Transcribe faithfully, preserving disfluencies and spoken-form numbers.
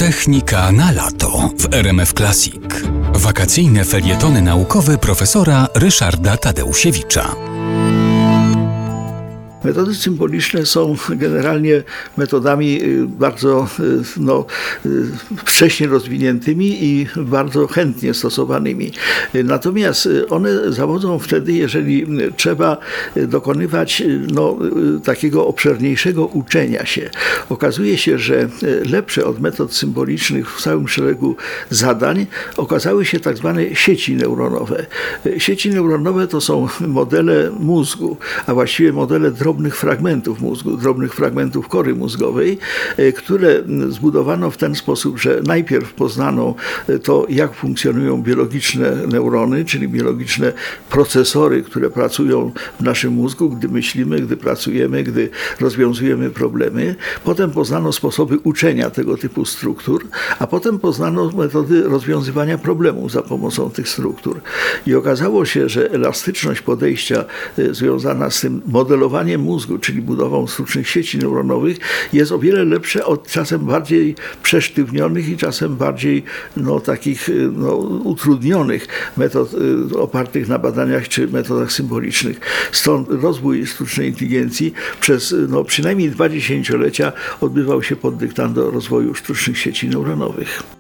Technika na lato w R M F Classic. Wakacyjne felietony naukowe profesora Ryszarda Tadeusiewicza. Metody symboliczne są generalnie metodami bardzo no, wcześnie rozwiniętymi i bardzo chętnie stosowanymi. Natomiast one zawodzą wtedy, jeżeli trzeba dokonywać no, takiego obszerniejszego uczenia się. Okazuje się, że lepsze od metod symbolicznych w całym szeregu zadań okazały się tak zwane sieci neuronowe. Sieci neuronowe to są modele mózgu, a właściwie modele drobnych fragmentów mózgu, drobnych fragmentów kory mózgowej, które zbudowano w ten sposób, że najpierw poznano to, jak funkcjonują biologiczne neurony, czyli biologiczne procesory, które pracują w naszym mózgu, gdy myślimy, gdy pracujemy, gdy rozwiązujemy problemy. Potem poznano sposoby uczenia tego typu struktur, a potem poznano metody rozwiązywania problemów za pomocą tych struktur. I okazało się, że elastyczność podejścia związana z tym modelowaniem mózgu, czyli budową sztucznych sieci neuronowych, jest o wiele lepsze od czasem bardziej przesztywnionych i czasem bardziej no, takich no, utrudnionych metod y, opartych na badaniach czy metodach symbolicznych. Stąd rozwój sztucznej inteligencji przez no, przynajmniej dwa dziesięciolecia odbywał się pod dyktando rozwoju sztucznych sieci neuronowych.